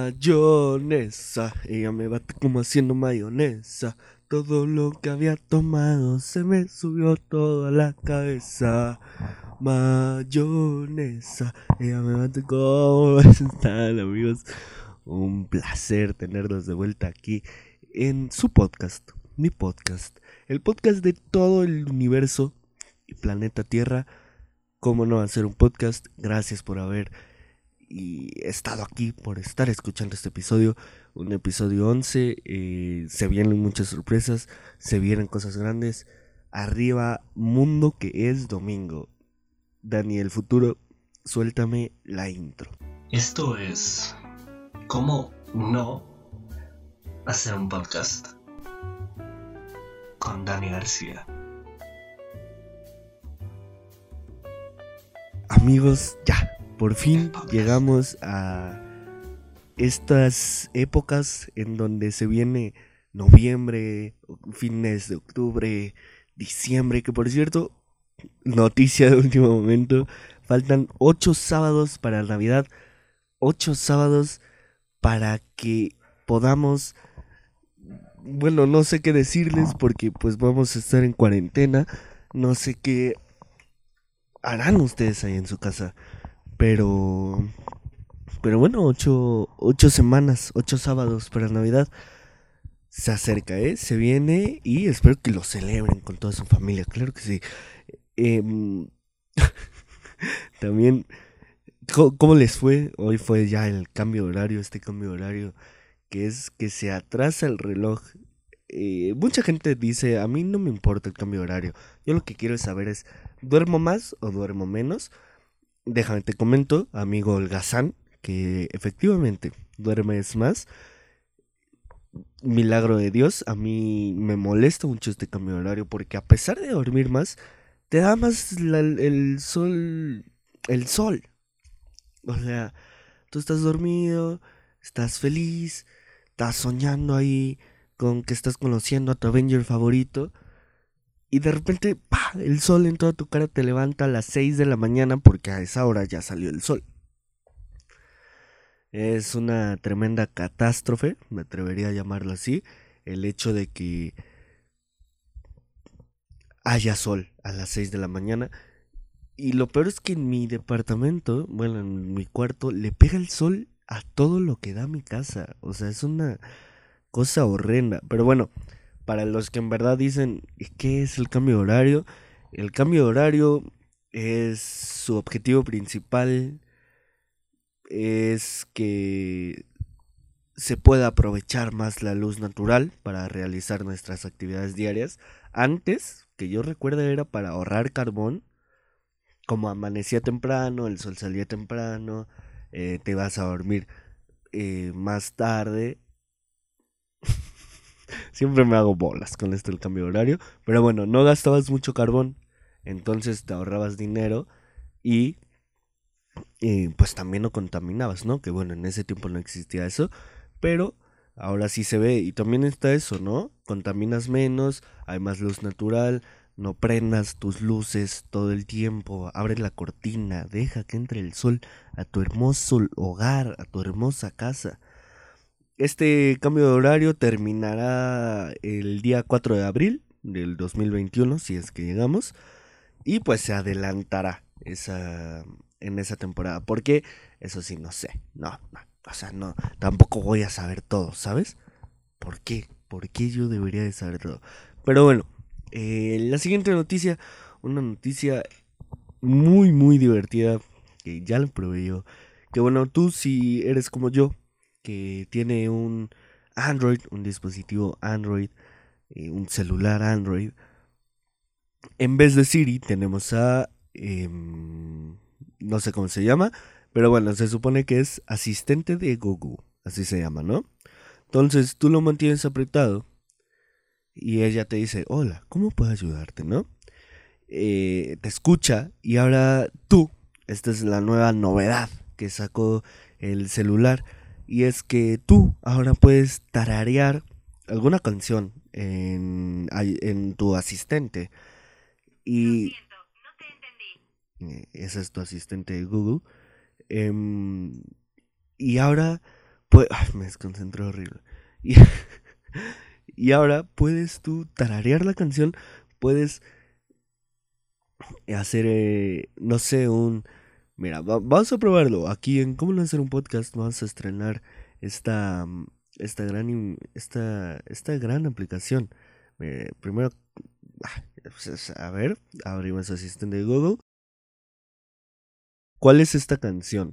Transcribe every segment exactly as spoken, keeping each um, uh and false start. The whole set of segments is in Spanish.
Mayonesa, ella me bate como haciendo mayonesa. Todo lo que había tomado se me subió toda la cabeza. Mayonesa, ella me bate como... ¿Están, amigos? Un placer tenerlos de vuelta aquí en su podcast, mi podcast, el podcast de todo el universo y planeta Tierra. ¿Cómo no hacer un podcast? Gracias por haber y he estado aquí, por estar escuchando este episodio, un episodio once. Eh, se vienen muchas sorpresas, se vienen cosas grandes. Arriba, mundo que es domingo. Dani, el futuro, suéltame la intro. Esto es ¿Cómo no hacer un podcast? Con Dani García. Amigos, ya, por fin llegamos a estas épocas en donde se viene noviembre, fines de octubre, diciembre, que por cierto, noticia de último momento, faltan ocho sábados para Navidad, ocho sábados para que podamos, bueno, no sé qué decirles porque pues vamos a estar en cuarentena, no sé qué harán ustedes ahí en su casa, pero Pero bueno, ocho, ocho semanas, ocho sábados para Navidad. Se acerca, ¿eh? Se viene y espero que lo celebren con toda su familia, claro que sí. Eh, también, ¿cómo, ¿cómo les fue? Hoy fue ya el cambio de horario, este cambio de horario, que es que se atrasa el reloj. Eh, mucha gente dice, a mí no me importa el cambio de horario. Yo lo que quiero saber es, ¿duermo más o duermo menos? Déjame te comento, amigo holgazán, que efectivamente duermes más. Milagro de Dios, a mí me molesta mucho este cambio de horario porque a pesar de dormir más, te da más la- el sol, el sol. O sea, tú estás dormido, estás feliz, estás soñando ahí con que estás conociendo a tu Avenger favorito y de repente, ¡pa!, el sol en toda tu cara te levanta a las seis de la mañana porque a esa hora ya salió el sol. Es una tremenda catástrofe, me atrevería a llamarlo así, el hecho de que haya sol a las seis de la mañana. Y lo peor es que en mi departamento, bueno, en mi cuarto, le pega el sol a todo lo que da mi casa. O sea, es una cosa horrenda. Pero bueno, para los que en verdad dicen, ¿qué es el cambio de horario? El cambio de horario es su objetivo principal, es que se pueda aprovechar más la luz natural para realizar nuestras actividades diarias. Antes, que yo recuerdo, era para ahorrar carbón. Como amanecía temprano, el sol salía temprano, eh, te vas a dormir eh, más tarde. Siempre me hago bolas con esto del cambio de horario. Pero bueno, no gastabas mucho carbón, entonces te ahorrabas dinero y eh, pues también no contaminabas, ¿no? Que bueno, en ese tiempo no existía eso, pero ahora sí se ve y también está eso, ¿no? Contaminas menos, hay más luz natural, no prendas tus luces todo el tiempo, abre la cortina, deja que entre el sol a tu hermoso hogar, a tu hermosa casa. Este cambio de horario terminará el día cuatro de abril del dos mil veintiuno, si es que llegamos, y pues se adelantará esa en esa temporada. Porque eso sí, no sé. No, no, o sea, no, tampoco voy a saber todo, ¿sabes? ¿Por qué? ¿Por qué yo debería de saber todo? Pero bueno, eh, la siguiente noticia, una noticia muy, muy divertida, que ya lo probé yo. Que bueno, tú si eres como yo, que tiene un Android, un dispositivo Android, eh, un celular Android, en vez de Siri tenemos a... em, no sé cómo se llama, pero bueno, se supone que es asistente de Google, así se llama, ¿no? Entonces tú lo mantienes apretado y ella te dice, hola, ¿cómo puedo ayudarte, no? Eh, te escucha y ahora tú, esta es la nueva novedad que sacó el celular, y es que tú ahora puedes tararear alguna canción en, en tu asistente. Y eh, ese es tu asistente de Google. Em, y ahora Pues, ay, me desconcentré horrible. Y, y ahora puedes tú tararear la canción, puedes hacer, eh, no sé, un... Mira, va- vamos a probarlo. Aquí en Cómo no hacer un podcast vamos a estrenar esta, mm, esta gran, in- esta, esta gran aplicación. Eh, primero, ah, pues, a ver, abrimos asistente de Google. ¿Cuál es esta canción?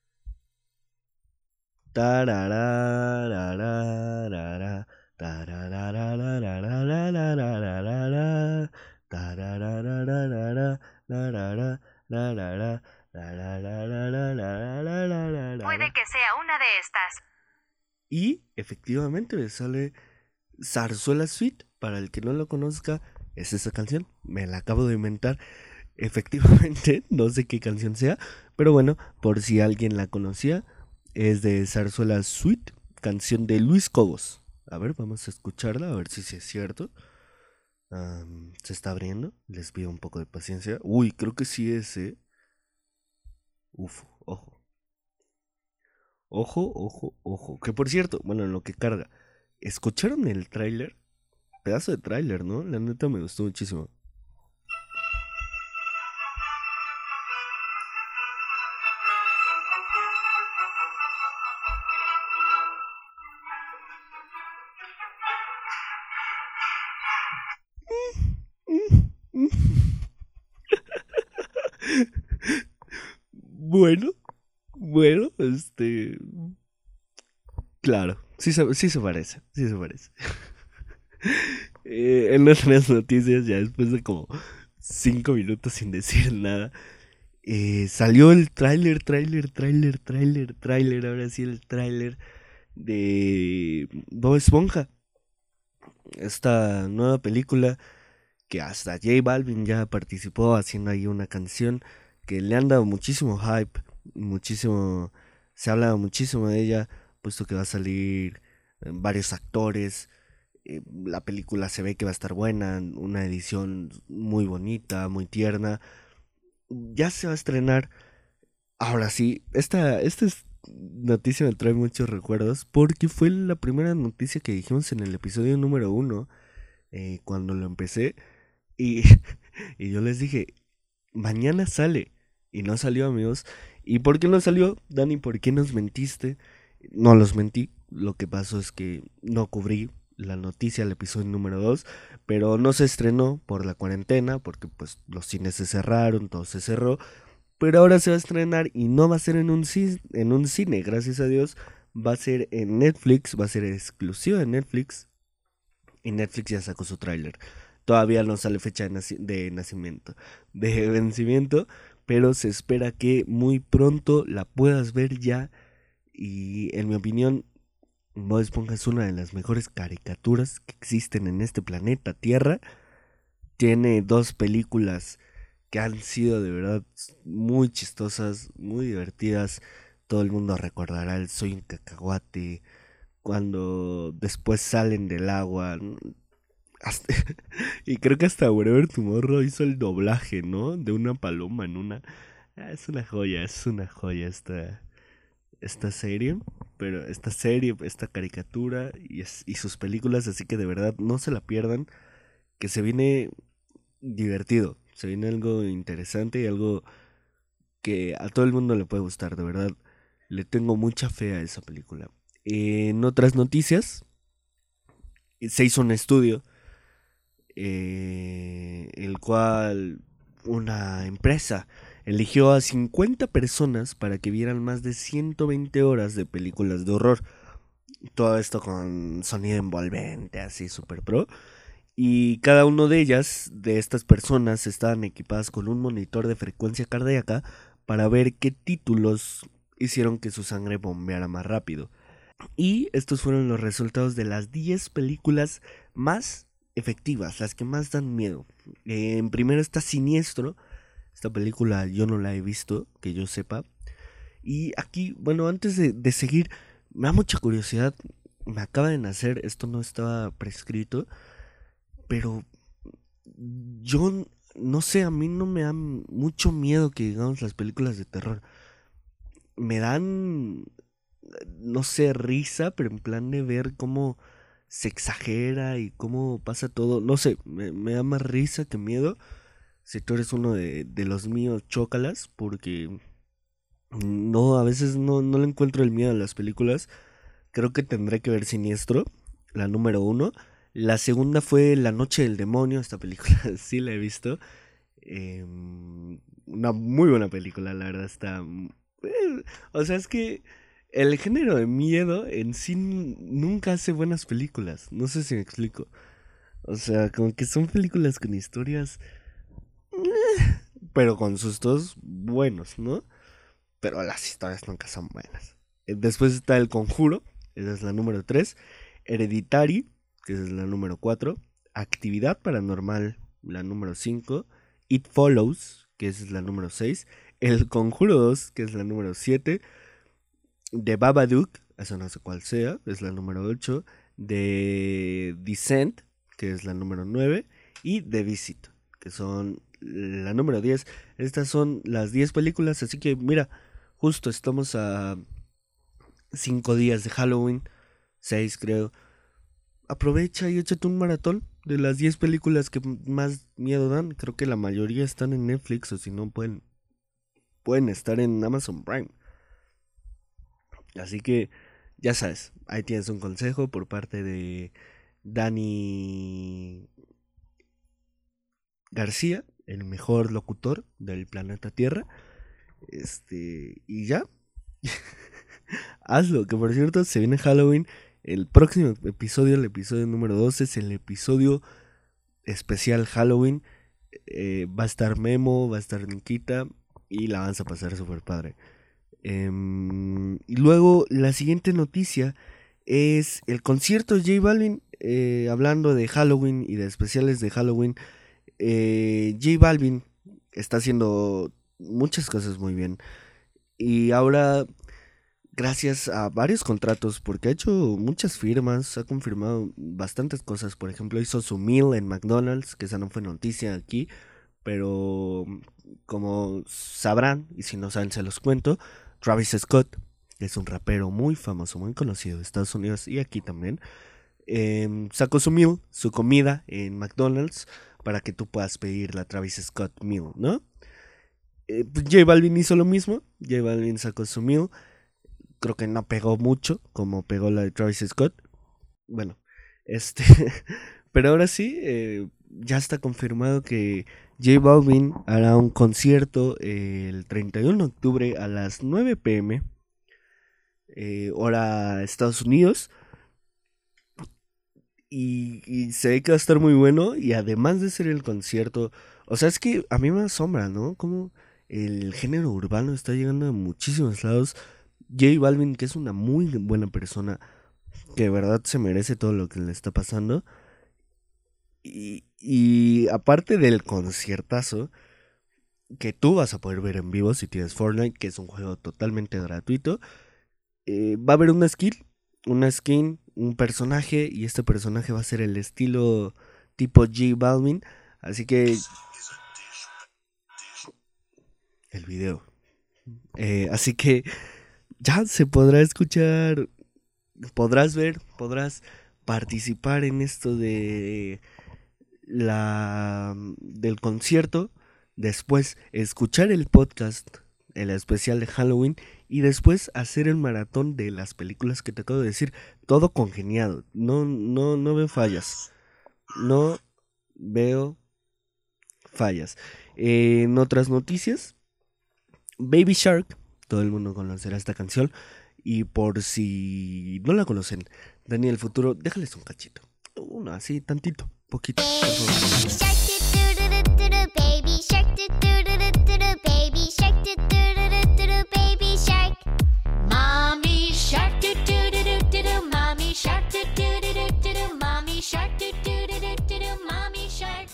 Tararararara, tararararararararararara, tarararararara, larara, larara, Puede larararararararararara. que sea una de estas. Y efectivamente me sale Zarzuela Suite. Para el que no lo conozca, es esa canción. Me la acabo de inventar. Efectivamente, no sé qué canción sea, pero bueno, por si alguien la conocía, es de Zarzuela Suite, canción de Luis Cobos. A ver, vamos a escucharla, a ver si sí es cierto. Am, se está abriendo, les pido un poco de paciencia. Uy, creo que sí es, ¿eh? Uf, ojo. Ojo, ojo, ojo. Que por cierto, bueno, en lo que carga, ¿escucharon el tráiler? Pedazo de tráiler, ¿no? La neta me gustó muchísimo. Bueno, bueno, este... Claro, sí se, sí se parece, sí se parece. Eh, en otras noticias, ya después de como cinco minutos sin decir nada, eh, salió el tráiler, tráiler, tráiler, tráiler, tráiler, ahora sí el tráiler de Bob Esponja, esta nueva película que hasta J Balvin ya participó haciendo ahí una canción que le han dado muchísimo hype, muchísimo, se ha hablado muchísimo de ella, puesto que va a salir eh, varios actores, eh, la película se ve que va a estar buena, una edición muy bonita, muy tierna, ya se va a estrenar. Ahora sí, esta, esta es- noticia me trae muchos recuerdos porque fue la primera noticia que dijimos en el episodio número uno, eh, cuando lo empecé. Y, y yo les dije, mañana sale. Y no salió, amigos. ¿Y por qué no salió, Dani? ¿Por qué nos mentiste? No los mentí. Lo que pasó es que no cubrí la noticia del episodio número dos, pero no se estrenó por la cuarentena, porque pues los cines se cerraron, todo se cerró. Pero ahora se va a estrenar y no va a ser en un, ci- en un cine, gracias a Dios. Va a ser en Netflix, va a ser exclusiva de Netflix. Y Netflix ya sacó su tráiler. Todavía no sale fecha de, naci- de nacimiento, de vencimiento, pero se espera que muy pronto la puedas ver ya. Y en mi opinión, Bob Esponja es una de las mejores caricaturas que existen en este planeta Tierra. Tiene dos películas que han sido de verdad muy chistosas, muy divertidas. Todo el mundo recordará el Soy un cacahuate, cuando después salen del agua. Hasta- y creo que hasta Wherever Tomorrow hizo el doblaje, ¿no? De una paloma en una... Ah, es una joya, es una joya esta, esta serie. Pero esta serie, esta caricatura y, es- y sus películas, así que de verdad no se la pierdan, que se viene divertido, se viene algo interesante y algo que a todo el mundo le puede gustar, de verdad. Le tengo mucha fe a esa película. En otras noticias, se hizo un estudio, eh, el cual una empresa eligió a cincuenta personas para que vieran más de ciento veinte horas de películas de horror. Todo esto con sonido envolvente, así super pro. Y cada una de ellas, de estas personas, estaban equipadas con un monitor de frecuencia cardíaca para ver qué títulos hicieron que su sangre bombeara más rápido. Y estos fueron los resultados de las diez películas más efectivas, las que más dan miedo. Eh, en primero está Siniestro. Esta película yo no la he visto, que yo sepa. Y aquí, bueno, antes de, de seguir, me da mucha curiosidad. Me acaba de nacer, esto no estaba prescrito, pero yo no sé, a mí no me dan mucho miedo que digamos las películas de terror. Me dan no sé, risa, pero en plan de ver cómo se exagera y cómo pasa todo. No sé, me, me da más risa que miedo. Si tú eres uno de, de los míos, chócalas, porque no, a veces no, no le encuentro el miedo a las películas. Creo que tendré que ver Siniestro, la número uno. La segunda fue La Noche del Demonio, esta película sí la he visto. Eh, una muy buena película, la verdad está... eh, o sea, es que el género de miedo en sí nunca hace buenas películas. No sé si me explico. O sea, como que son películas con historias, pero con sustos buenos, ¿no? Pero las historias nunca son buenas. Eh, Después está El Conjuro, esa es la número tres. Hereditary, que es la número cuatro. Actividad Paranormal, la número cinco. It Follows, que esa es la número seis. El Conjuro dos, que es la número siete. The Babadook, esa no sé cuál sea, es la número ocho. The Descent, que es la número nueve. Y The Visit, que son la número diez. Estas son las diez películas, así que mira, justo estamos a cinco días de Halloween, seis creo. Aprovecha y échate un maratón de las diez películas que más miedo dan. Creo que la mayoría están en Netflix o si no pueden, pueden estar en Amazon Prime. Así que ya sabes, ahí tienes un consejo por parte de Dani García, el mejor locutor del planeta Tierra. Este, y ya, hazlo, que por cierto se viene Halloween. El próximo episodio, el episodio número doce, es el episodio especial Halloween. Eh, va a estar Memo, va a estar Nikita y la vamos a pasar súper padre. Eh, y luego la siguiente noticia es el concierto de J Balvin. Eh, hablando de Halloween y de especiales de Halloween, eh, J Balvin está haciendo muchas cosas muy bien. Y ahora, gracias a varios contratos, porque ha hecho muchas firmas, ha confirmado bastantes cosas. Por ejemplo, hizo su meal en McDonald's, que esa no fue noticia aquí, pero como sabrán, y si no saben se los cuento, Travis Scott, que es un rapero muy famoso, muy conocido de Estados Unidos y aquí también, eh, sacó su meal, su comida en McDonald's para que tú puedas pedir la Travis Scott meal, ¿no? Eh, pues J Balvin hizo lo mismo, J Balvin sacó su meal, creo que no pegó mucho como pegó la de Travis Scott. Bueno, este, pero ahora sí, eh, ya está confirmado que J Balvin hará un concierto eh, el treinta y uno de octubre a las nueve pm, eh, hora Estados Unidos. Y, y se ve que va a estar muy bueno. Y además de ser el concierto, o sea, es que a mí me asombra, ¿no? Como el género urbano está llegando a muchísimos lados. J Balvin, que es una muy buena persona, que de verdad se merece todo lo que le está pasando. Y, y aparte del conciertazo, que tú vas a poder ver en vivo si tienes Fortnite, que es un juego totalmente gratuito, eh, va a haber una skin, una skin, un personaje, y este personaje va a ser el estilo tipo J Balvin. Así que el video. Eh, así que ya se podrá escuchar, podrás ver, podrás participar en esto de la del concierto, después escuchar el podcast, el especial de Halloween, y después hacer el maratón de las películas que te acabo de decir, todo congeniado. No, no, no veo fallas. No veo fallas. Eh, en otras noticias, Baby Shark, todo el mundo conocerá esta canción. Y por si no la conocen, Daniel Futuro, déjales un cachito. Uno así, tantito, poquito, por favor. Baby shark, do do do do do do, baby shark, do do do do do do, baby shark. Mommy shark, do do do do do do, mommy shark, do do do do do do, mommy shark, do do do do do do, mommy shark.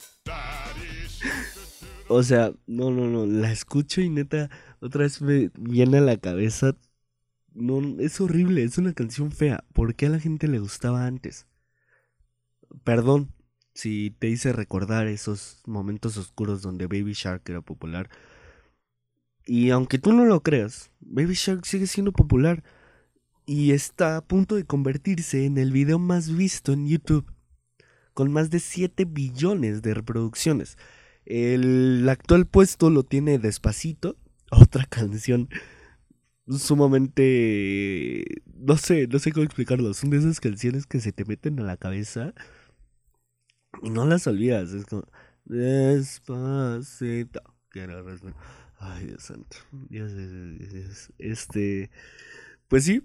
O sea, no, no, no, la escucho y neta, otra vez me viene a la cabeza. No, es horrible, es una canción fea. ¿Por qué a la gente le gustaba antes? Perdón si te hice recordar esos momentos oscuros donde Baby Shark era popular. Y aunque tú no lo creas, Baby Shark sigue siendo popular. y está a punto de convertirse en el video más visto en YouTube, con más de siete billones de reproducciones. El actual puesto lo tiene Despacito, otra canción sumamente... No sé, no sé cómo explicarlo. Son de esas canciones que se te meten a la cabeza y no las olvidas. Es como... Despacito. Quiero respetar. Ay, Dios santo. Dios, Dios, Dios, Dios. Este... Pues sí.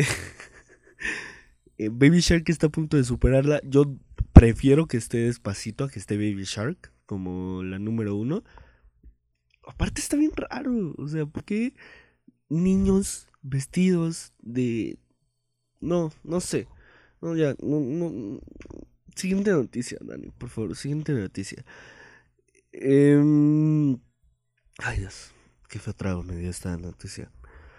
Baby Shark está a punto de superarla. Yo prefiero que esté Despacito a que esté Baby Shark como la número uno. Aparte está bien raro. O sea, ¿por qué niños vestidos de... No, no sé. No, ya, no, no. Siguiente noticia, Dani, por favor. Siguiente noticia. Eh... Ay, Dios. Qué feo trago me dio esta noticia.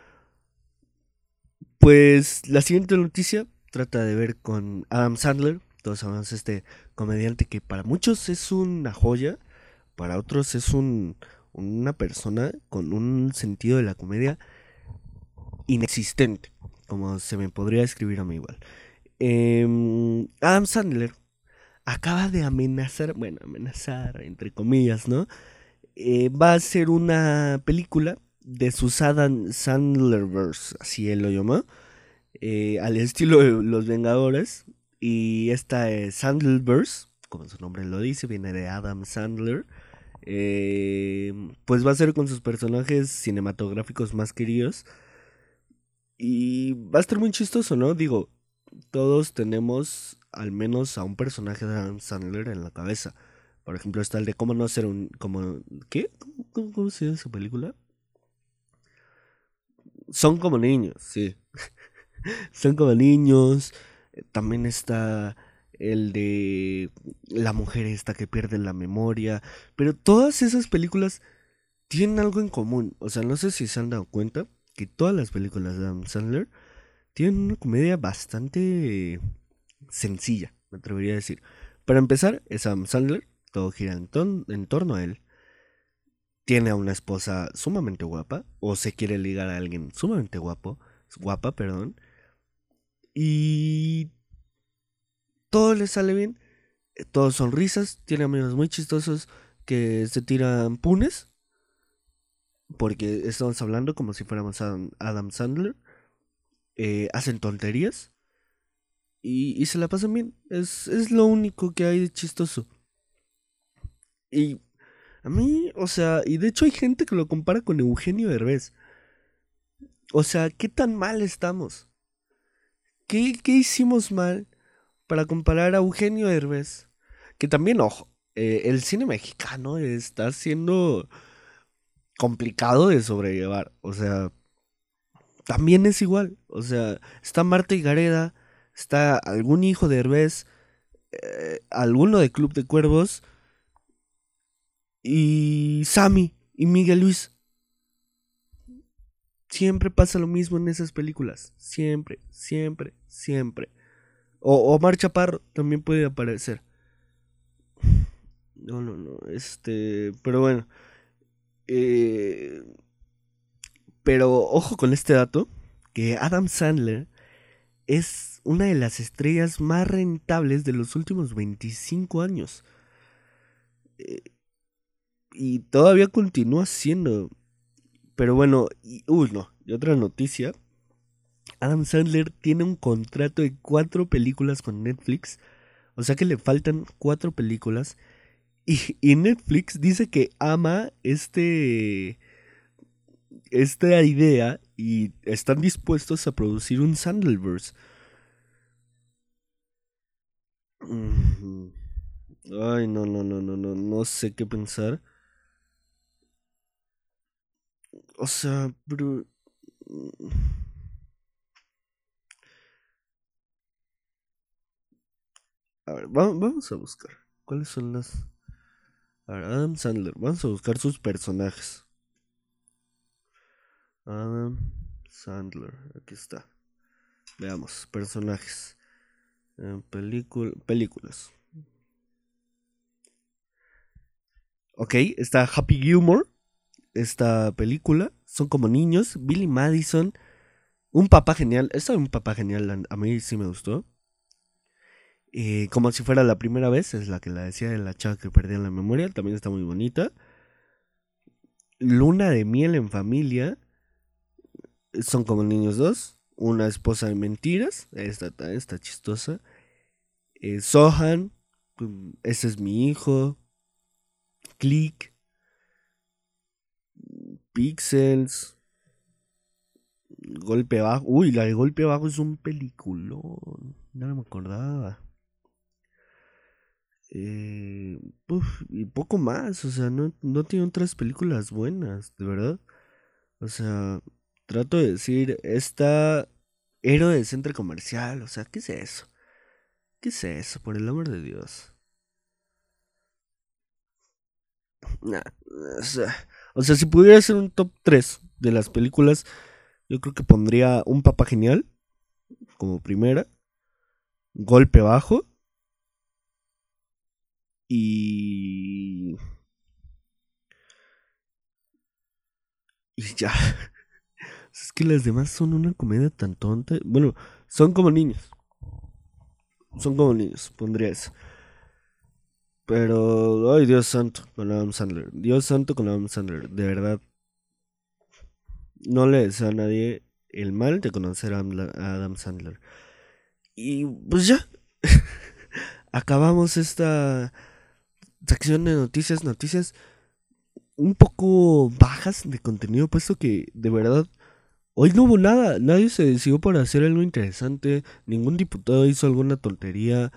Pues la siguiente noticia trata de ver con Adam Sandler. Todos sabemos de este comediante que para muchos es una joya, para otros es un, una persona con un sentido de la comedia inexistente, como se me podría escribir a mí igual. Eh, Adam Sandler acaba de amenazar, bueno, amenazar entre comillas, ¿no? Eh, va a hacer una película de sus Adam Sandlerverse, así él lo llamó, eh, al estilo de Los Vengadores. Y esta es Sandlerverse, como su nombre lo dice, viene de Adam Sandler. Eh, pues va a ser con sus personajes cinematográficos más queridos. Y va a estar muy chistoso, ¿no? Digo, todos tenemos al menos a un personaje de Adam Sandler en la cabeza. Por ejemplo, está el de cómo no ser un... Como, ¿qué? ¿Cómo, cómo, cómo se llama esa película? Son como niños, sí. Son como niños. También está el de la mujer esta que pierde la memoria. Pero todas esas películas tienen algo en común. O sea, no sé si se han dado cuenta que todas las películas de Adam Sandler tienen una comedia bastante sencilla, me atrevería a decir. Para empezar, es Adam Sandler. Todo gira en, ton- en torno a él. Tiene a una esposa sumamente guapa. O se quiere ligar a alguien sumamente guapo. Guapa, perdón. Y todo le sale bien. Todos son risas. Tiene amigos muy chistosos que se tiran punes. Porque estamos hablando como si fuéramos Adam, Adam Sandler. Eh, hacen tonterías. Y, y se la pasan bien. Es, es lo único que hay de chistoso. Y a mí, o sea, y de hecho hay gente que lo compara con Eugenio Derbez. O sea, ¿qué tan mal estamos? ¿Qué, qué hicimos mal para comparar a Eugenio Derbez? Que también, ojo, eh, el cine mexicano está siendo complicado de sobrellevar. O sea, también es igual. O sea, está Marta Higareda, está algún hijo de Derbez, eh, alguno de Club de Cuervos, y Sammy y Miguel Luis. Siempre pasa lo mismo en esas películas. Siempre, siempre, siempre. O Omar Chaparro también puede aparecer. No, no, no. Este. Pero bueno. Eh, pero ojo con este dato. Que Adam Sandler es una de las estrellas más rentables de los últimos veinticinco años. Eh, y todavía continúa siendo. Pero bueno, y, uy, no. Y otra noticia. Adam Sandler tiene un contrato de cuatro películas con Netflix. O sea que le faltan cuatro películas. Y, y Netflix dice que ama este. Esta idea. Y están dispuestos a producir un Sandlerverse. Mm, Ay, no, no, no, no, no. No sé qué pensar. O sea, pero. A ver, va- vamos a buscar. ¿Cuáles son las...? A ver, Adam Sandler. Vamos a buscar sus personajes. Adam Sandler. Aquí está. Veamos. Personajes. Eh, película, películas. Ok, está Happy Gilmore. Esta película. Son como niños. Billy Madison. Un papá genial. Esta es un papá genial. A mí sí me gustó. Eh, como si fuera la primera vez. Es la que la decía de la chava que perdía la memoria. También está muy bonita. Luna de miel en familia. Son como niños dos. Una esposa de mentiras. Esta está, está chistosa. Eh, Sohan. Ese es mi hijo. Click. Pixels. Golpe bajo. Uy, la de golpe bajo es un peliculón. No me acordaba. Eh, uf, y poco más. O sea, no, no tiene otras películas buenas, de verdad. O sea, trato de decir, esta héroe de centro comercial. O sea, ¿qué es eso? ¿Qué es eso? Por el amor de Dios. Nah, o sea, o sea, si pudiera hacer un top tres de las películas, yo creo que pondría Un Papá Genial como primera, Golpe Bajo y... Y ya. Es que las demás son una comedia tan tonta. Bueno, son como niños. Son como niños, pondría eso. Pero, ay, Dios santo, con Adam Sandler. Dios santo con Adam Sandler, de verdad. No le deseo a nadie el mal de conocer a Adam Sandler. Y pues ya. Acabamos esta sección de noticias, noticias un poco bajas de contenido, puesto que de verdad hoy no hubo nada. Nadie se decidió por hacer algo interesante. Ningún diputado hizo alguna tontería.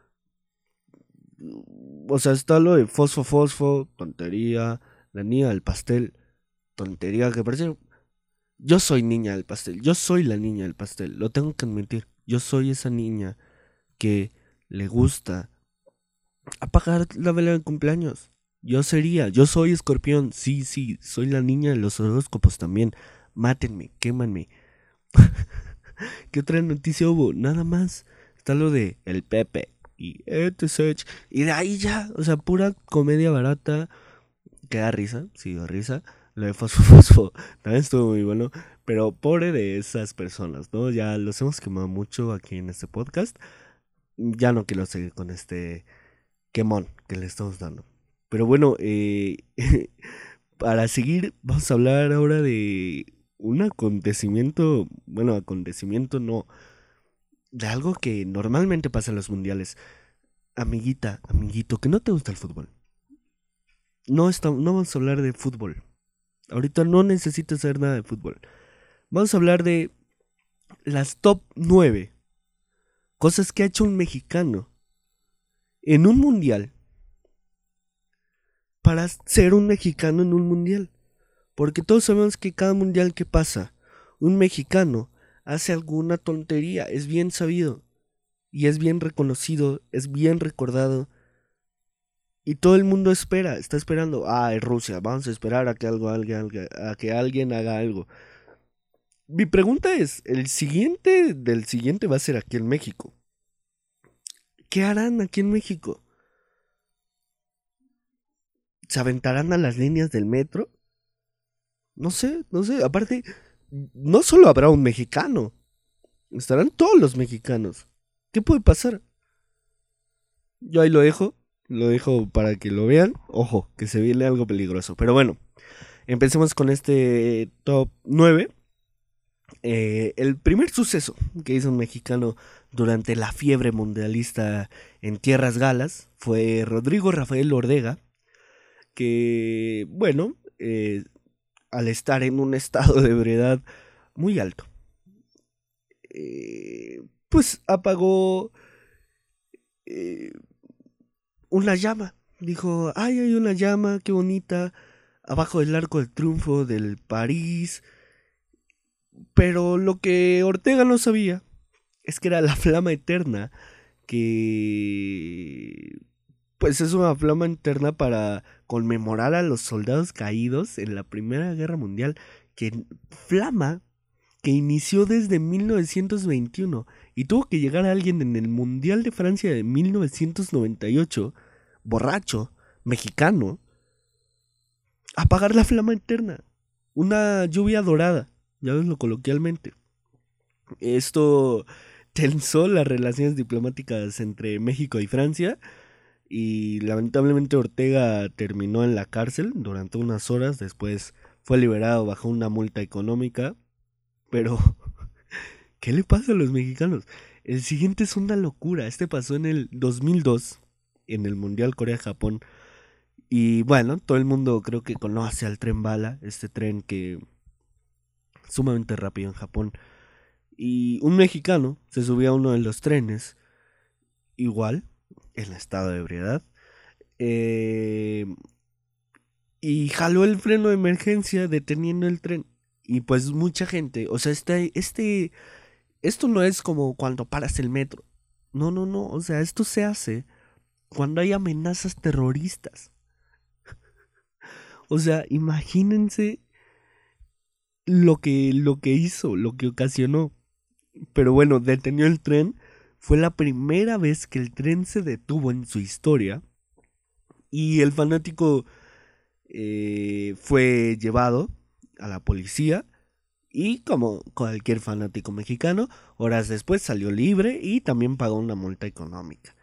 O sea, está lo de fosfo, fosfo, tontería. La niña del pastel, tontería que parece... Yo soy niña del pastel, yo soy la niña del pastel, lo tengo que admitir. Yo soy esa niña que le gusta apagar la vela de cumpleaños. Yo sería, yo soy Escorpión, sí, sí, soy la niña de los horóscopos también. Mátenme, quémanme. ¿Qué otra noticia hubo? Nada más. Está lo de el Pepe y etcétera. Y de ahí ya, o sea, pura comedia barata. Que da risa, sí, da risa. Lo de Fosfo Fosfo también estuvo muy bueno. Pero pobre de esas personas, ¿no? Ya los hemos quemado mucho aquí en este podcast. Ya no quiero seguir con este quemón que le estamos dando. Pero bueno, eh, para seguir, vamos a hablar ahora de un acontecimiento. Bueno, acontecimiento no. De algo que normalmente pasa en los mundiales. Amiguita, amiguito, que no te gusta el fútbol. No, está, no vamos a hablar de fútbol. Ahorita no necesitas saber nada de fútbol. Vamos a hablar de las top nueve cosas que ha hecho un mexicano en un mundial para ser un mexicano en un mundial. Porque todos sabemos que cada mundial que pasa, un mexicano hace alguna tontería. Es bien sabido. Y es bien reconocido. Es bien recordado. Y todo el mundo espera, está esperando. Ah, es Rusia, vamos a esperar a que, algo, alguien, a que alguien haga algo. Mi pregunta es, el siguiente del siguiente va a ser aquí en México. ¿Qué harán aquí en México? ¿Se aventarán a las líneas del metro? No sé, no sé. Aparte, no solo habrá un mexicano. Estarán todos los mexicanos. ¿Qué puede pasar? Yo ahí lo dejo. Lo dejo para que lo vean. Ojo, que se viene algo peligroso. Pero bueno, empecemos con este top nueve. Eh, el primer suceso que hizo un mexicano durante la fiebre mundialista en tierras galas fue Rodrigo Rafael Ortega, que, bueno, eh, al estar en un estado de ebriedad muy alto, eh, pues apagó... Eh, una llama. Dijo, ay, hay una llama, qué bonita, abajo del Arco del Triunfo del París. Pero lo que Ortega no sabía es que era la flama eterna, que pues es una flama eterna para conmemorar a los soldados caídos en la Primera Guerra Mundial, que flama que inició desde mil novecientos veintiuno y tuvo que llegar a alguien en el Mundial de Francia de mil novecientos noventa y ocho, borracho, mexicano, a apagar la flama eterna. Una lluvia dorada, ya ves lo coloquialmente. Esto tensó las relaciones diplomáticas entre México y Francia y lamentablemente Ortega terminó en la cárcel durante unas horas, después fue liberado bajo una multa económica, pero ¿qué le pasa a los mexicanos? El siguiente es una locura, este pasó en el dos mil dos, en el Mundial Corea-Japón, y bueno, todo el mundo creo que conoce al tren bala, este tren que sumamente rápido en Japón, y un mexicano se subió a uno de los trenes, igual, en estado de ebriedad, eh, y jaló el freno de emergencia deteniendo el tren. Y pues mucha gente, o sea, este, este, esto no es como cuando paras el metro. No, no, no, o sea, esto se hace cuando hay amenazas terroristas. O sea, imagínense lo que, lo que hizo, lo que ocasionó. Pero bueno, detenió el tren. Fue la primera vez que el tren se detuvo en su historia. Y el fanático eh, fue llevado a la policía. Y como cualquier fanático mexicano, horas después salió libre y también pagó una multa económica.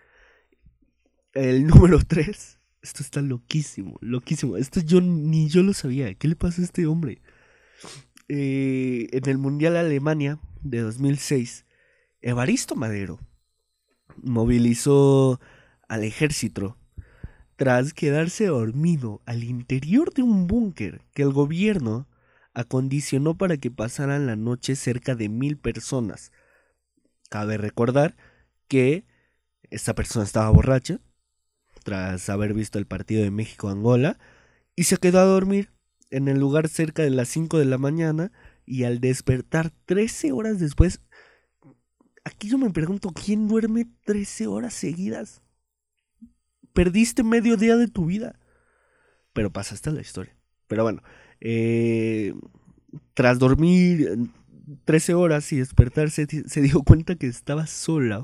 El número tres. Esto está loquísimo, loquísimo. Esto yo ni yo lo sabía. ¿Qué le pasa a este hombre? Eh, en el Mundial Alemania de dos mil seis, Evaristo Madero movilizó al ejército tras quedarse dormido al interior de un búnker que el gobierno acondicionó para que pasaran la noche cerca de mil personas. Cabe recordar que esta persona estaba borracha tras haber visto el partido de México-Angola y se quedó a dormir en el lugar cerca de las cinco de la mañana y al despertar trece horas después, aquí yo me pregunto, ¿quién duerme trece horas seguidas? Perdiste medio día de tu vida, pero pasaste la historia. Pero bueno, eh, tras dormir trece horas y despertarse, se dio cuenta que estaba sola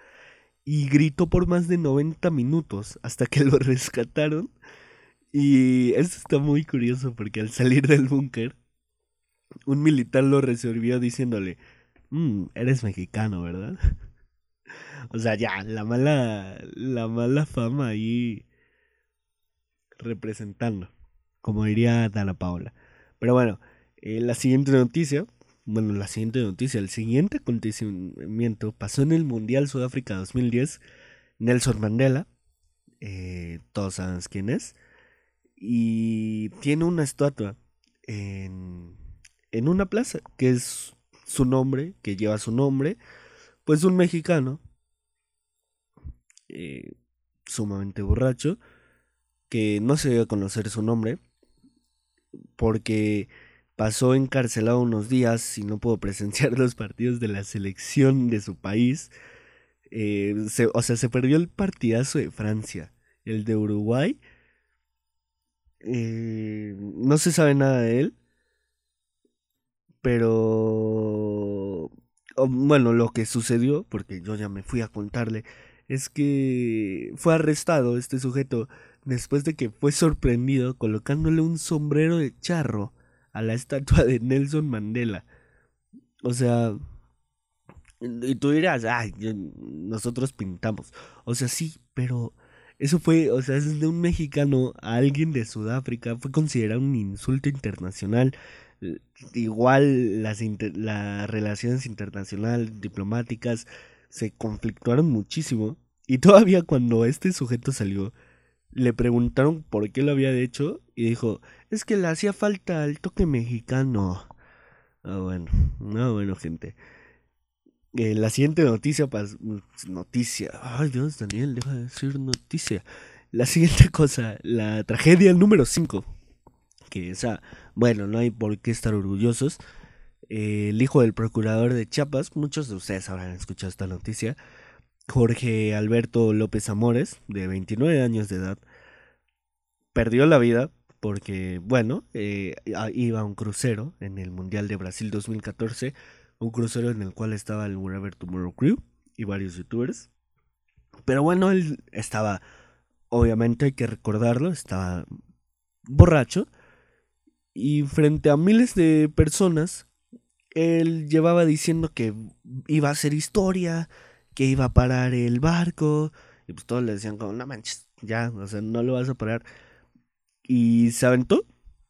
y gritó por más de noventa minutos hasta que lo rescataron. Y esto está muy curioso porque al salir del búnker, un militar lo resolvió diciéndole, mmm, eres mexicano, ¿verdad? O sea, ya, la mala, la mala fama ahí representando, como diría Dana Paola. Pero bueno, eh, la siguiente noticia, bueno, la siguiente noticia, el siguiente acontecimiento pasó en el Mundial Sudáfrica dos mil diez. Nelson Mandela, eh, todos saben quién es, y tiene una estatua en, en una plaza que es su nombre, que lleva su nombre, pues un mexicano eh, sumamente borracho, que no se dio a conocer su nombre, porque pasó encarcelado unos días y no pudo presenciar los partidos de la selección de su país. Eh, se, o sea, se perdió el partidazo de Francia, el de Uruguay. Eh, no se sabe nada de él, pero oh, bueno, lo que sucedió, porque yo ya me fui a contarle, es que fue arrestado este sujeto después de que fue sorprendido colocándole un sombrero de charro a la estatua de Nelson Mandela. O sea, y tú dirás, ay, yo, nosotros pintamos. O sea, sí, pero eso fue, o sea, es de un mexicano a alguien de Sudáfrica, fue considerado un insulto internacional. Igual las, inter, las relaciones internacionales, diplomáticas, se conflictuaron muchísimo. Y todavía cuando este sujeto salió, le preguntaron por qué lo había hecho y dijo, es que le hacía falta el toque mexicano. Ah, bueno, no, bueno, gente. Eh, la siguiente noticia, pas, noticia, ay Dios, Daniel, deja de decir noticia. La siguiente cosa, la tragedia número cinco, que esa, bueno, no hay por qué estar orgullosos. Eh, el hijo del procurador de Chiapas, muchos de ustedes habrán escuchado esta noticia, Jorge Alberto López Amores, de veintinueve años de edad, perdió la vida porque, bueno, eh, iba a un crucero en el Mundial de Brasil dos mil catorce, un crucero en el cual estaba el Whatever Tomorrow Crew y varios youtubers. Pero bueno, él estaba, obviamente hay que recordarlo, estaba borracho y frente a miles de personas, él llevaba diciendo que iba a hacer historia, que iba a parar el barco, y pues todos le decían como, no manches, ya, o sea, no lo vas a parar. Y se aventó.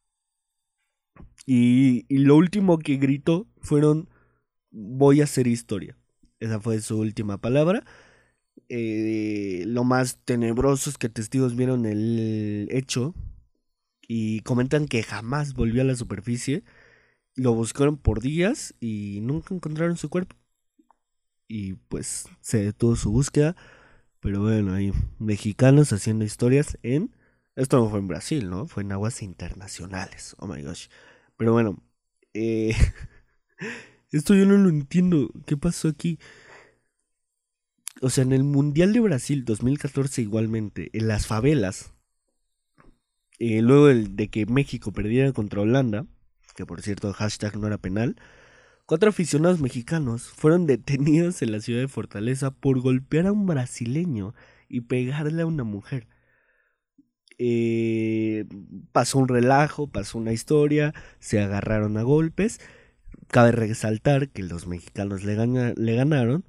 Y, y lo último que gritó fueron, voy a hacer historia. Esa fue su última palabra. Eh, lo más tenebroso es que testigos vieron el hecho y comentan que jamás volvió a la superficie. Lo buscaron por días y nunca encontraron su cuerpo. Y pues se detuvo su búsqueda. Pero bueno, hay mexicanos haciendo historias en... Esto no fue en Brasil, ¿no? Fue en aguas internacionales. Oh my gosh. Pero bueno, eh... esto yo no lo entiendo. ¿Qué pasó aquí? O sea, en el Mundial de Brasil dos mil catorce igualmente, en las favelas, eh, luego de que México perdiera contra Holanda, que por cierto hashtag no era penal, cuatro aficionados mexicanos fueron detenidos en la ciudad de Fortaleza por golpear a un brasileño y pegarle a una mujer. Eh, pasó un relajo, pasó una historia, se agarraron a golpes. Cabe resaltar que los mexicanos le, gana, le ganaron.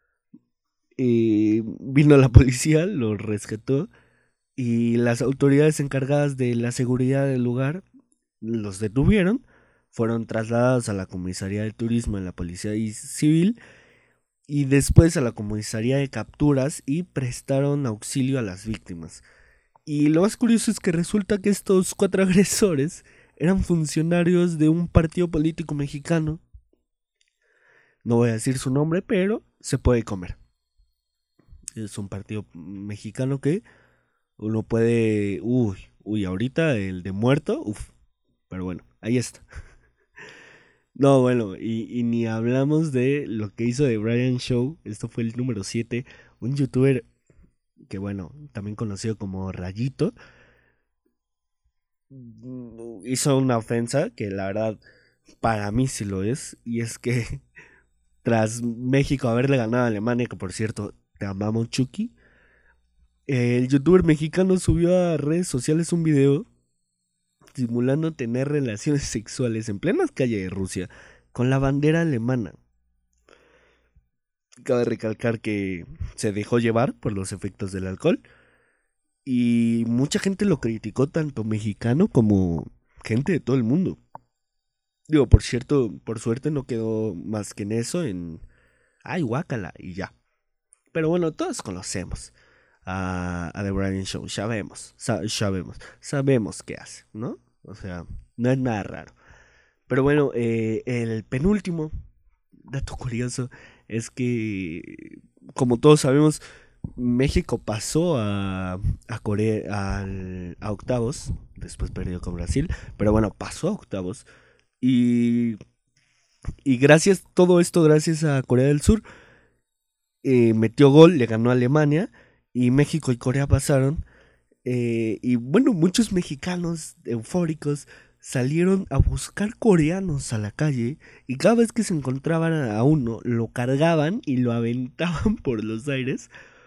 Eh, vino la policía, los rescató y las autoridades encargadas de la seguridad del lugar los detuvieron. Fueron trasladados a la comisaría de turismo de la policía civil y después a la comisaría de capturas y prestaron auxilio a las víctimas. Y lo más curioso es que resulta que estos cuatro agresores eran funcionarios de un partido político mexicano. No voy a decir su nombre, pero se puede comer. Es un partido mexicano que uno puede... Uy, uy, ahorita el de muerto, uf. Pero bueno, ahí está. No, bueno, y, y ni hablamos de lo que hizo The Brian Show. Esto fue el número siete. Un youtuber que, bueno, también conocido como Rayito, hizo una ofensa que la verdad para mí sí lo es. Y es que tras México haberle ganado a Alemania, que por cierto... te amamos, Chucky. El youtuber mexicano subió a redes sociales un video simulando tener relaciones sexuales en plenas calles de Rusia con la bandera alemana. Cabe recalcar que se dejó llevar por los efectos del alcohol y mucha gente lo criticó, tanto mexicano como gente de todo el mundo. Digo, por cierto, por suerte no quedó más que en eso, en ay, guácala, y ya. Pero bueno, todos conocemos a, a The Brian Show, sabemos, sa- sabemos, sabemos qué hace, ¿no? O sea, no es nada raro. Pero bueno, eh, el penúltimo dato curioso es que, como todos sabemos, México pasó a, a Corea al, a octavos, después perdió con Brasil, pero bueno, pasó a octavos. Y, y gracias, todo esto gracias a Corea del Sur. Eh, metió gol, le ganó a Alemania y México y Corea pasaron. Eh, y bueno, muchos mexicanos eufóricos salieron a buscar coreanos a la calle y cada vez que se encontraban a uno lo cargaban y lo aventaban por los aires.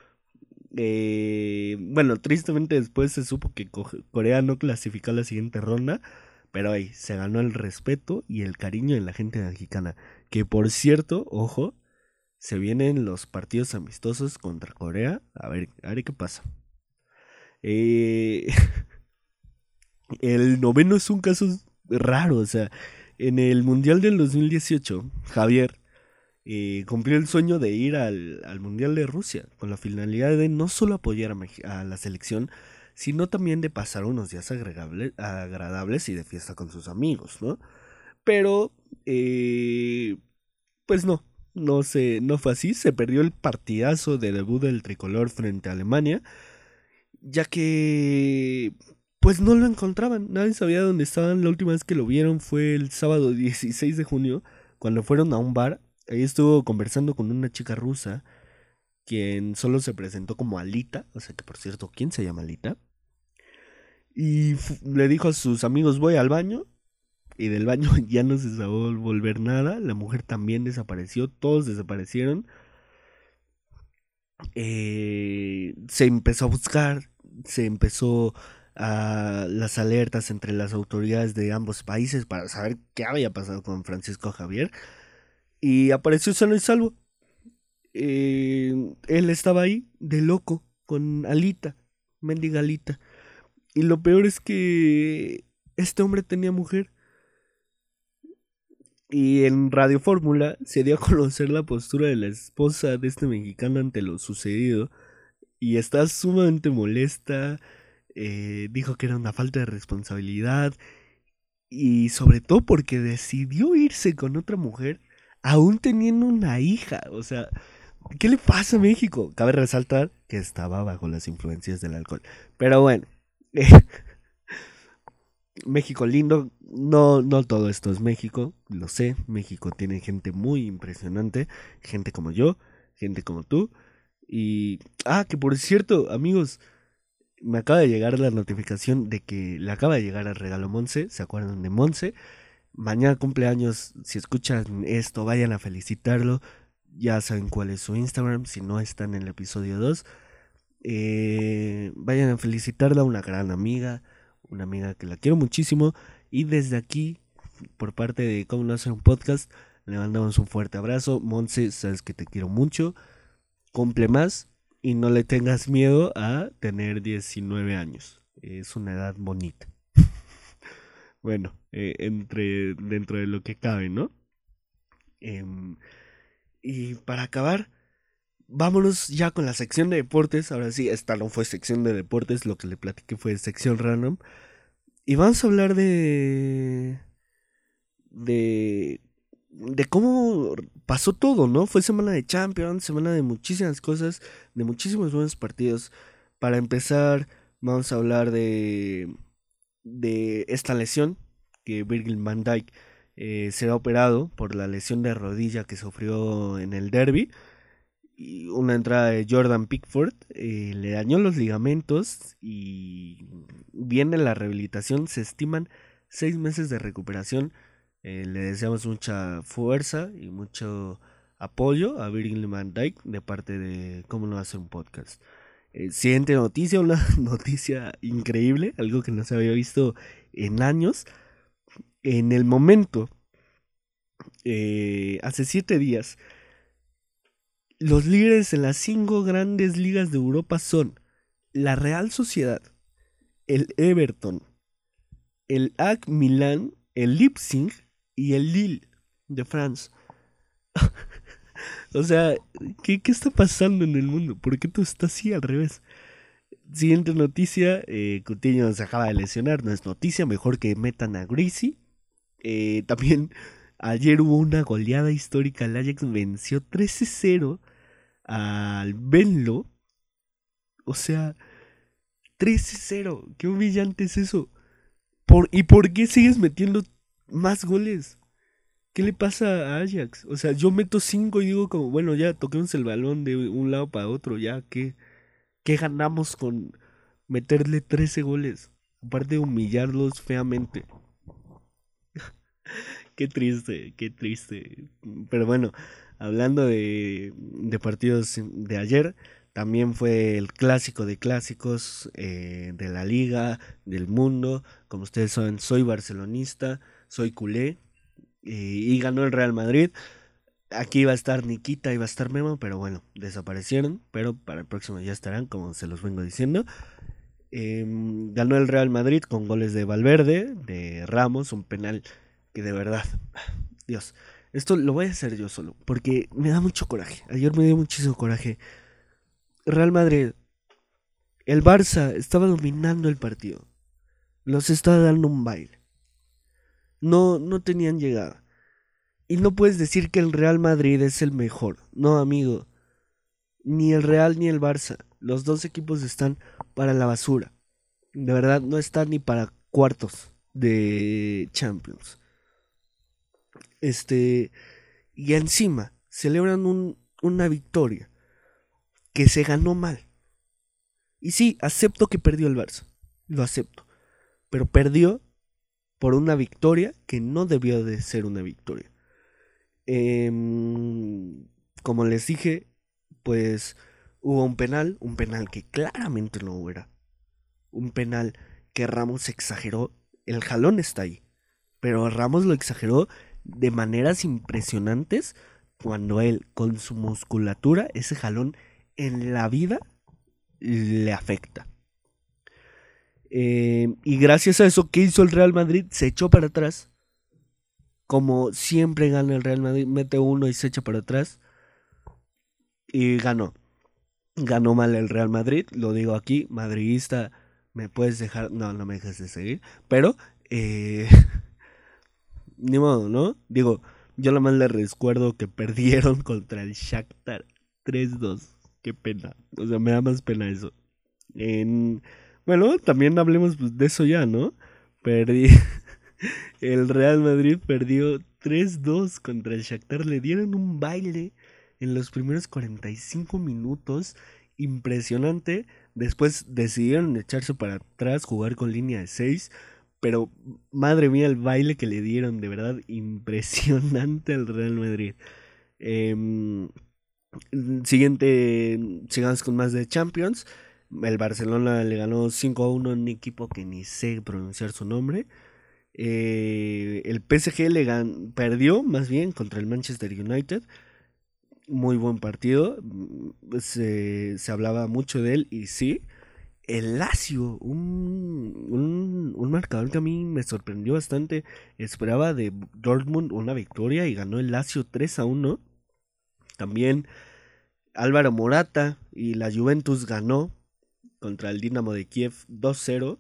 Eh, bueno, tristemente después se supo que Corea no clasificó a la siguiente ronda, pero ahí se ganó el respeto y el cariño de la gente mexicana, que por cierto, ojo, se vienen los partidos amistosos contra Corea. A ver, a ver qué pasa. Eh, el noveno es un caso raro. O sea, en el Mundial del dos mil dieciocho, Javier eh, cumplió el sueño de ir al, al Mundial de Rusia, con la finalidad de no solo apoyar a, Mex- a la selección, sino también de pasar unos días agregable- agradables y de fiesta con sus amigos, ¿no? Pero, eh, pues no. No se, no fue así, se perdió el partidazo de debut del tricolor frente a Alemania, ya que pues no lo encontraban, nadie sabía dónde estaban. La última vez que lo vieron fue el sábado dieciséis de junio, cuando fueron a un bar. Ahí estuvo conversando con una chica rusa, quien solo se presentó como Alita, o sea que por cierto, ¿quién se llama Alita? Y fu- le dijo a sus amigos, voy al baño. Y del baño ya no se sabía volver nada. La mujer también desapareció. Todos desaparecieron. Eh, se empezó a buscar. Se empezó a las alertas entre las autoridades de ambos países para saber qué había pasado con Francisco Javier. y apareció sano y salvo. Eh, él estaba ahí de loco con Alita, mendiga Alita. Y lo peor es que este hombre tenía mujer. Y en Radio Fórmula se dio a conocer la postura de la esposa de este mexicano ante lo sucedido. Y está sumamente molesta. Eh, dijo que era una falta de responsabilidad. Y sobre todo porque decidió irse con otra mujer, aún teniendo una hija. O sea, ¿qué le pasa a México? Cabe resaltar que estaba bajo las influencias del alcohol. Pero bueno, eh, México lindo. No, no todo esto es México, lo sé. México tiene gente muy impresionante. Gente como yo, gente como tú. Y... Ah, que por cierto, amigos, me acaba de llegar la notificación de que le acaba de llegar el regalo Monse. ¿Se acuerdan de Monse? Mañana cumpleaños. Si escuchan esto, vayan a felicitarlo. Ya saben cuál es su Instagram. Si no está en el episodio dos, eh, vayan a felicitarla. Una gran amiga. Una amiga que la quiero muchísimo. Y desde aquí, por parte de Cómo No Hacer un Podcast, le mandamos un fuerte abrazo. Monse, sabes que te quiero mucho. Cumple más. Y no le tengas miedo a tener diecinueve años. Es una edad bonita. Bueno, eh, entre, dentro de lo que cabe, ¿no? Eh, y para acabar, vámonos ya con la sección de deportes. Ahora sí, esta no fue sección de deportes, lo que le platiqué fue sección random. Y vamos a hablar de... De... De cómo pasó todo, ¿no? Fue semana de Champions, semana de muchísimas cosas, de muchísimos buenos partidos. Para empezar, vamos a hablar de, de esta lesión, que Virgil van Dijk eh, será operado por la lesión de rodilla que sufrió en el derby. Y una entrada de Jordan Pickford eh, le dañó los ligamentos y viene la rehabilitación. Se estiman seis meses de recuperación. Eh, le deseamos mucha fuerza y mucho apoyo a Virgil van Dijk de parte de Cómo No Hacer un Podcast. Eh, siguiente noticia, una noticia increíble, algo que no se había visto en años. En el momento, eh, hace siete días, los líderes en las cinco grandes ligas de Europa son la Real Sociedad, el Everton, el A C Milán, el Leipzig y el Lille de Francia. O sea, ¿qué, ¿qué está pasando en el mundo? ¿Por qué todo está así al revés? Siguiente noticia, eh, Coutinho se acaba de lesionar, no es noticia, mejor que metan a Greasy. Eh, también ayer hubo una goleada histórica, el Ajax venció trece cero al Venlo. O sea, trece cero, qué humillante es eso. ¿Por, ¿Y por qué sigues metiendo más goles? ¿Qué le pasa a Ajax? O sea, yo meto cinco y digo como, bueno, ya toquemos el balón de un lado para otro, ya, ¿qué, qué ganamos con meterle trece goles? Aparte de humillarlos feamente. Qué triste, qué triste. Pero bueno, hablando de, de partidos de ayer, también fue el clásico de clásicos eh, de la liga, del mundo. Como ustedes saben, soy barcelonista, soy culé. Eh, y ganó el Real Madrid. Aquí iba a estar Nikita, iba a estar Memo, pero bueno, desaparecieron. Pero para el próximo ya estarán, como se los vengo diciendo. Eh, ganó el Real Madrid con goles de Valverde, de Ramos, un penal que de verdad, Dios, esto lo voy a hacer yo solo, porque me da mucho coraje. Ayer me dio muchísimo coraje. Real Madrid, el Barça estaba dominando el partido, los estaba dando un baile. No, no tenían llegada. Y no puedes decir que el Real Madrid es el mejor. No, amigo. Ni el Real ni el Barça. Los dos equipos están para la basura. De verdad, no están ni para cuartos de Champions. Este. Y encima, celebran un, una victoria que se ganó mal. Y sí, acepto que perdió el Barça. Lo acepto. Pero perdió por una victoria que no debió de ser una victoria. Eh, como les dije, pues hubo un penal, un penal que claramente no era. Un penal que Ramos exageró. El jalón está ahí, pero Ramos lo exageró de maneras impresionantes cuando él, con su musculatura, ese jalón en la vida le afecta. Eh, y gracias a eso, ¿qué hizo el Real Madrid? Se echó para atrás. Como siempre gana el Real Madrid, mete uno y se echa para atrás. Y ganó. Ganó mal el Real Madrid, lo digo aquí, madridista, me puedes dejar, no, no me dejes de seguir, pero, eh, ni modo, ¿no? Digo, yo lo más le recuerdo que perdieron contra el Shakhtar tres dos, qué pena, o sea, me da más pena eso. En, bueno, también hablemos pues, de eso ya, ¿no? Perdí, el Real Madrid perdió tres dos contra el Shakhtar, le dieron un baile en los primeros cuarenta y cinco minutos, impresionante. Después decidieron echarse para atrás, jugar con línea de seis. Pero madre mía el baile que le dieron, de verdad impresionante al Real Madrid. Eh, siguiente, sigamos con más de Champions. El Barcelona le ganó cinco a uno a un equipo que ni sé pronunciar su nombre. Eh, el P S G le gan- perdió más bien contra el Manchester United. Muy buen partido, se, se hablaba mucho de él y sí, el Lazio, un, un, un marcador que a mí me sorprendió bastante, esperaba de Dortmund una victoria y ganó el Lazio tres a uno, también Álvaro Morata y la Juventus ganó contra el Dinamo de Kiev dos cero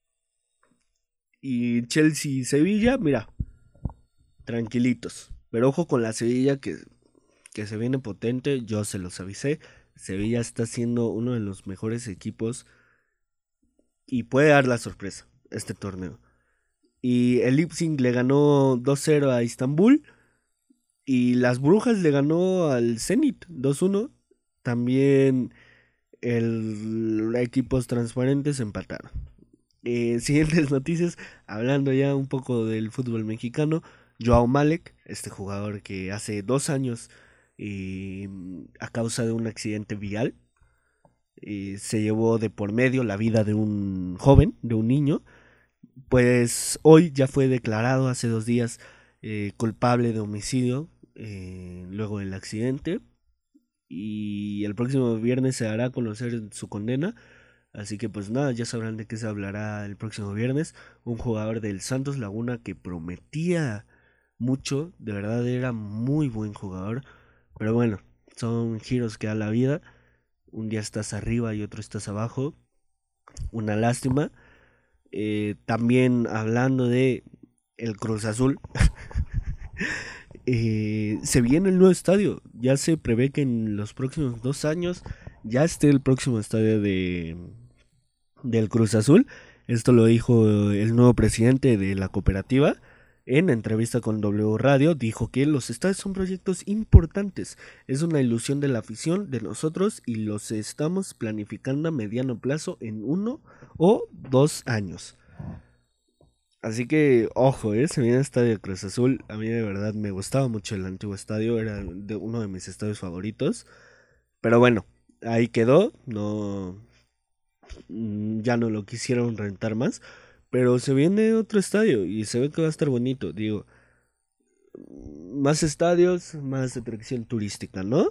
y Chelsea y Sevilla, mira, tranquilitos, pero ojo con la Sevilla que... que se viene potente, yo se los avisé. Sevilla está siendo uno de los mejores equipos y puede dar la sorpresa este torneo. Y el Leipzig le ganó dos cero a Istambul y las Brujas le ganó al Zenit dos uno. También el equipos transparentes empataron. Eh, siguientes noticias, hablando ya un poco del fútbol mexicano. Joao Malek, este jugador que hace dos años y a causa de un accidente vial y se llevó de por medio la vida de un joven, de un niño, pues hoy ya fue declarado hace dos días eh, culpable de homicidio eh, luego del accidente y el próximo viernes se dará a conocer su condena. Así que pues nada, ya sabrán de qué se hablará el próximo viernes. Un jugador del Santos Laguna que prometía mucho, de verdad era muy buen jugador. Pero bueno, son giros que da la vida. Un día estás arriba y otro estás abajo. Una lástima. Eh, también hablando de el Cruz Azul. eh, se viene el nuevo estadio. Ya se prevé que en los próximos dos años ya esté el próximo estadio de del Cruz Azul. Esto lo dijo el nuevo presidente de la cooperativa. En entrevista con W Radio dijo que los estadios son proyectos importantes, es una ilusión de la afición, de nosotros y los estamos planificando a mediano plazo en uno o dos años. Así que, ojo, ¿eh? Se viene el estadio de Cruz Azul, a mí de verdad me gustaba mucho el antiguo estadio, era de uno de mis estadios favoritos, pero bueno, ahí quedó, no, ya no lo quisieron rentar más. Pero se viene otro estadio y se ve que va a estar bonito, digo. Más estadios, más atracción turística, ¿no?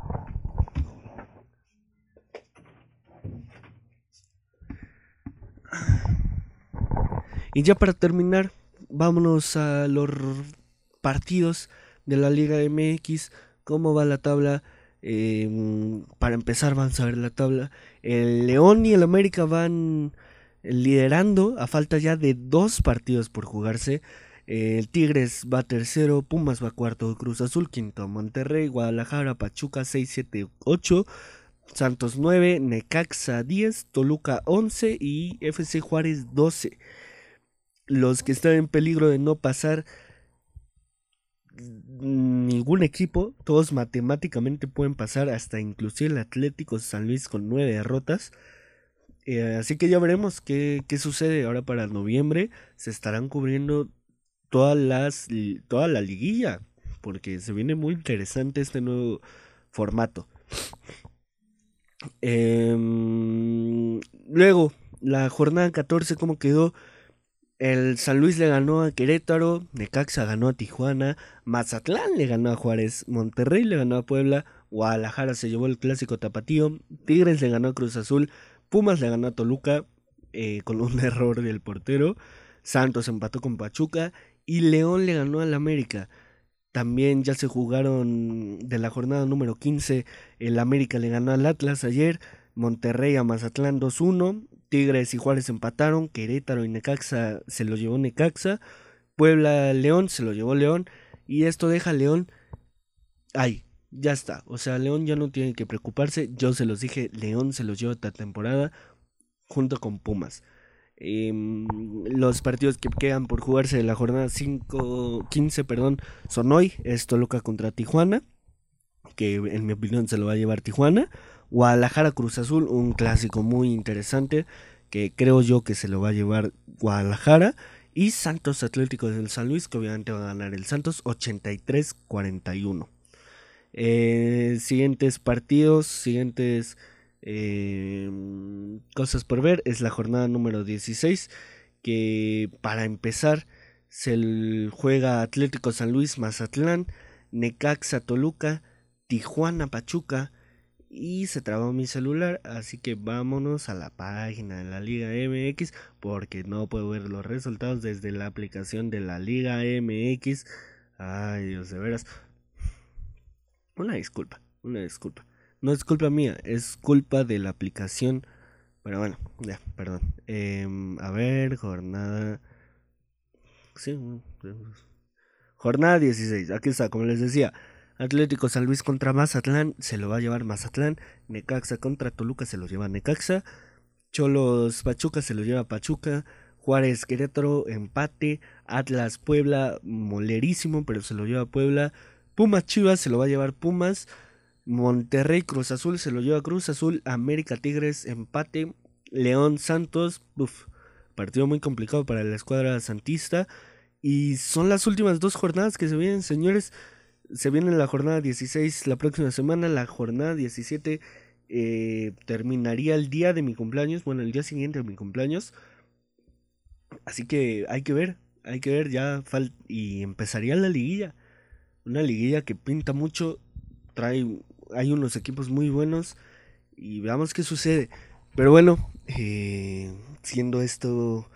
Y ya para terminar, vámonos a los partidos de la Liga M X. ¿Cómo va la tabla? Eh, para empezar, vamos a ver la tabla. El León y el América van liderando a falta ya de dos partidos por jugarse. Eh, el Tigres va tercero, Pumas va cuarto, Cruz Azul quinto, Monterrey, Guadalajara, Pachuca seis, siete, ocho, Santos nueve, Necaxa diez, Toluca once y F C Juárez doce. Los que están en peligro de no pasar ningún equipo, todos matemáticamente pueden pasar, hasta inclusive el Atlético San Luis con nueve derrotas. Eh, así que ya veremos qué, qué sucede ahora para noviembre. Se estarán cubriendo todas las, toda la liguilla, porque se viene muy interesante este nuevo formato. Eh, luego, la jornada catorce, ¿cómo quedó? El San Luis le ganó a Querétaro, Necaxa ganó a Tijuana, Mazatlán le ganó a Juárez, Monterrey le ganó a Puebla, Guadalajara se llevó el clásico tapatío, Tigres le ganó a Cruz Azul, Pumas le ganó a Toluca eh, con un error del portero, Santos empató con Pachuca y León le ganó al América. También ya se jugaron de la jornada número quince, el América le ganó al Atlas ayer, Monterrey a Mazatlán dos uno, Tigres y Juárez empataron, Querétaro y Necaxa se lo llevó Necaxa, Puebla León se lo llevó León y esto deja a León ahí, ya está, o sea, León ya no tiene que preocuparse, yo se los dije, León se los lleva esta temporada junto con Pumas. Eh, los partidos que quedan por jugarse de la jornada cinco, quince, perdón, son hoy, es Toluca contra Tijuana, que en mi opinión se lo va a llevar Tijuana, Guadalajara Cruz Azul, un clásico muy interesante que creo yo que se lo va a llevar Guadalajara, y Santos Atlético del San Luis, que obviamente va a ganar el Santos ochenta y tres cuarenta y uno. Eh, siguientes partidos, siguientes eh, cosas por ver, es la jornada número dieciséis, que para empezar se juega Atlético San Luis Mazatlán, Necaxa Toluca, Tijuana Pachuca, y se trabó mi celular, así que vámonos a la página de la Liga M X porque no puedo ver los resultados desde la aplicación de la Liga M X. Ay, Dios, de veras. Una disculpa, una disculpa. No es culpa mía, es culpa de la aplicación. Pero bueno, ya, perdón. Eh, a ver, jornada... Sí, jornada dieciséis, aquí está, como les decía. Atlético San Luis contra Mazatlán, se lo va a llevar Mazatlán. Necaxa contra Toluca, se lo lleva Necaxa. Cholos Pachuca, se lo lleva Pachuca. Juárez Querétaro, empate. Atlas Puebla, molerísimo, pero se lo lleva Puebla. Pumas Chivas, se lo va a llevar Pumas. Monterrey Cruz Azul, se lo lleva Cruz Azul. América Tigres, empate. León Santos, uf, partido muy complicado para la escuadra santista. Y son las últimas dos jornadas que se vienen, señores. Se viene la jornada dieciséis la próxima semana. La jornada diecisiete eh, terminaría el día de mi cumpleaños. Bueno, el día siguiente de mi cumpleaños. Así que hay que ver, hay que ver ya. Fal- y empezaría la liguilla. Una liguilla que pinta mucho. Trae, hay unos equipos muy buenos. Y veamos qué sucede. Pero bueno, eh, siendo esto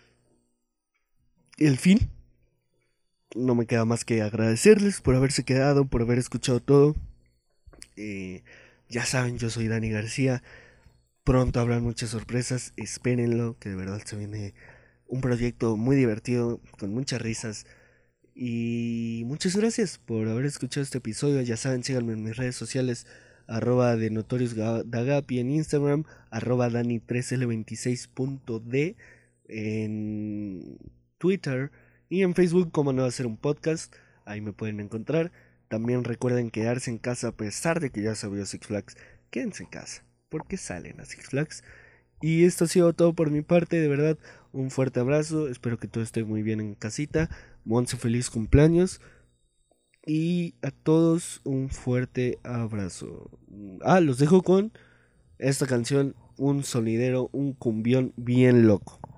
el fin, no me queda más que agradecerles por haberse quedado, por haber escuchado todo. Eh, ya saben, yo soy Dani García. Pronto habrán muchas sorpresas, espérenlo, que de verdad se viene un proyecto muy divertido, con muchas risas. Y muchas gracias por haber escuchado este episodio. Ya saben, síganme en mis redes sociales, arroba de Notorious Dagapi en Instagram, arroba Dani tres L veintiséis punto D en Twitter. Y en Facebook, como no va a ser un podcast, ahí me pueden encontrar. También recuerden quedarse en casa a pesar de que ya se abrió Six Flags. Quédense en casa, porque salen a Six Flags. Y esto ha sido todo por mi parte, de verdad, un fuerte abrazo. Espero que todo esté muy bien en casita. Monse, feliz cumpleaños. Y a todos un fuerte abrazo. Ah, los dejo con esta canción, un sonidero, un cumbión bien loco.